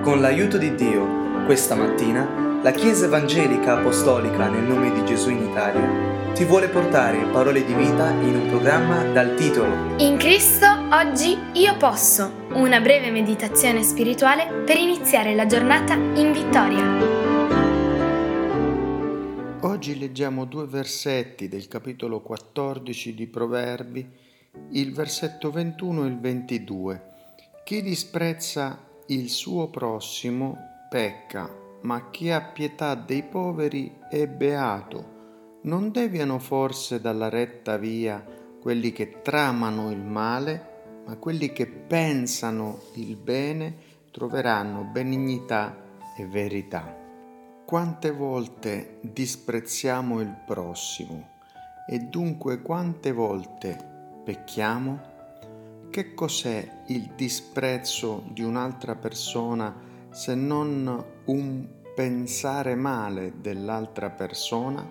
Con l'aiuto di Dio, questa mattina, la Chiesa Evangelica Apostolica nel nome di Gesù in Italia ti vuole portare parole di vita in un programma dal titolo In Cristo oggi io posso, una breve meditazione spirituale per iniziare la giornata in vittoria. Oggi leggiamo 2 versetti del capitolo 14 di Proverbi, il versetto 21 e il 22. Chi disprezza il suo prossimo pecca, ma chi ha pietà dei poveri è beato. Non deviano forse dalla retta via quelli che tramano il male, ma quelli che pensano il bene troveranno benignità e verità. Quante volte disprezziamo il prossimo e dunque quante volte pecchiamo? Che cos'è il disprezzo di un'altra persona se non un pensare male dell'altra persona?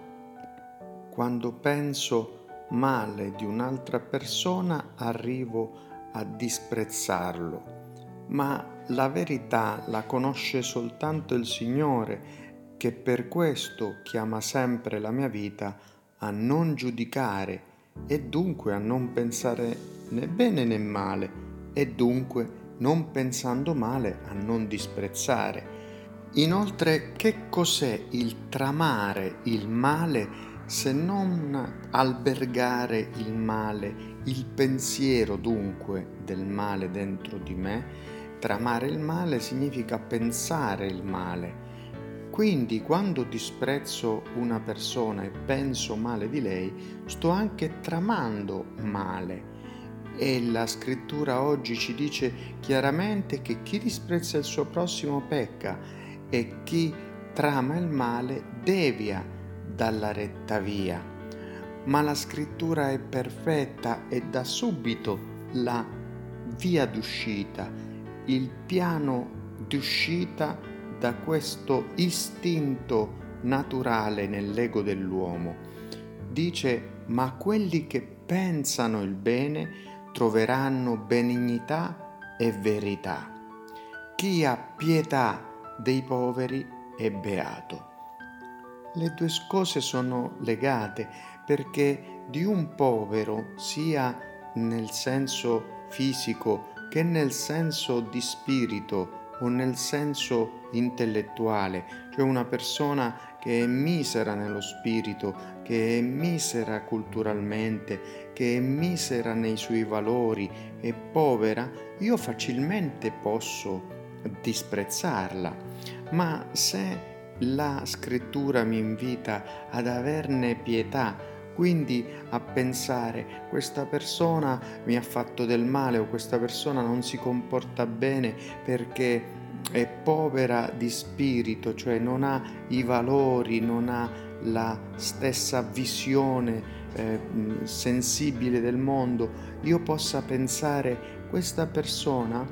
Quando penso male di un'altra persona arrivo a disprezzarlo, ma la verità la conosce soltanto il Signore, che per questo chiama sempre la mia vita a non giudicare e dunque a non pensare né bene né male e dunque non pensando male a non disprezzare. Inoltre, che cos'è il tramare il male se non albergare il male, il pensiero dunque del male dentro di me? Tramare il male significa pensare il male. Quindi quando disprezzo una persona e penso male di lei, sto anche tramando male. E la scrittura oggi ci dice chiaramente che chi disprezza il suo prossimo pecca e chi trama il male devia dalla retta via. Ma la scrittura è perfetta e dà subito la via d'uscita, il piano d'uscita da questo istinto naturale nell'ego dell'uomo. Dice: ma quelli che pensano il bene troveranno benignità e verità. Chi ha pietà dei poveri è beato. Le due cose sono legate, perché di un povero, sia nel senso fisico che nel senso di spirito o nel senso intellettuale, cioè una persona che è misera nello spirito, che è misera culturalmente, che è misera nei suoi valori, è povera, io facilmente posso disprezzarla. Ma se la scrittura mi invita ad averne pietà, quindi a pensare: questa persona mi ha fatto del male o questa persona non si comporta bene perché è povera di spirito, cioè non ha i valori, non ha la stessa visione sensibile del mondo, io possa pensare: questa persona,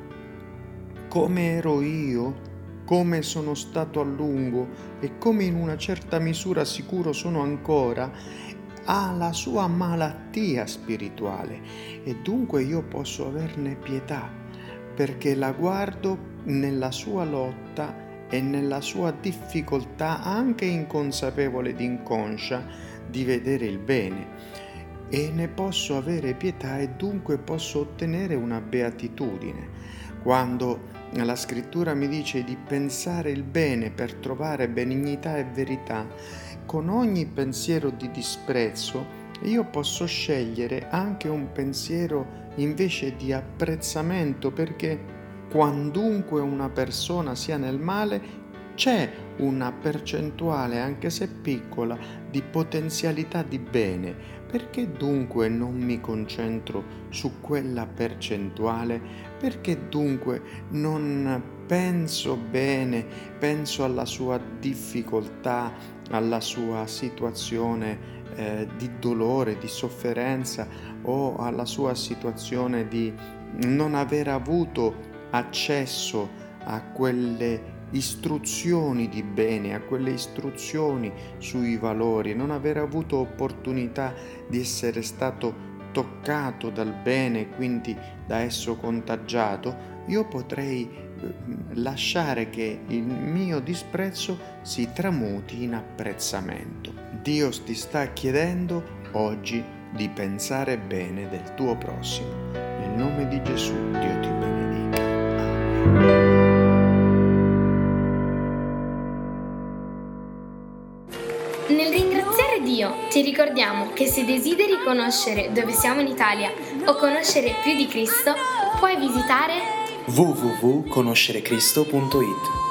come ero io, come sono stato a lungo e come in una certa misura sicuro sono ancora, ha la sua malattia spirituale e dunque io posso averne pietà, perché la guardo nella sua lotta e nella sua difficoltà, anche inconsapevole ed inconscia, di vedere il bene, e ne posso avere pietà e dunque posso ottenere una beatitudine. Quando la scrittura mi dice di pensare il bene per trovare benignità e verità, con ogni pensiero di disprezzo io posso scegliere anche un pensiero invece di apprezzamento, perché quandunque una persona sia nel male c'è una percentuale, anche se piccola, di potenzialità di bene. Perché dunque non mi concentro su quella percentuale? Perché dunque non penso bene, penso alla sua difficoltà, alla sua situazione di dolore, di sofferenza, o alla sua situazione di non aver avuto accesso a quelle istruzioni di bene, a quelle istruzioni sui valori, non aver avuto opportunità di essere stato toccato dal bene, quindi da esso contagiato, io potrei lasciare che il mio disprezzo si tramuti in apprezzamento. Dio ti sta chiedendo oggi di pensare bene del tuo prossimo. Nel nome di Gesù, Dio ti benedica. Amen. Nel ringraziare Dio ti ricordiamo che se desideri conoscere dove siamo in Italia o conoscere più di Cristo, puoi visitare www.conoscerecristo.it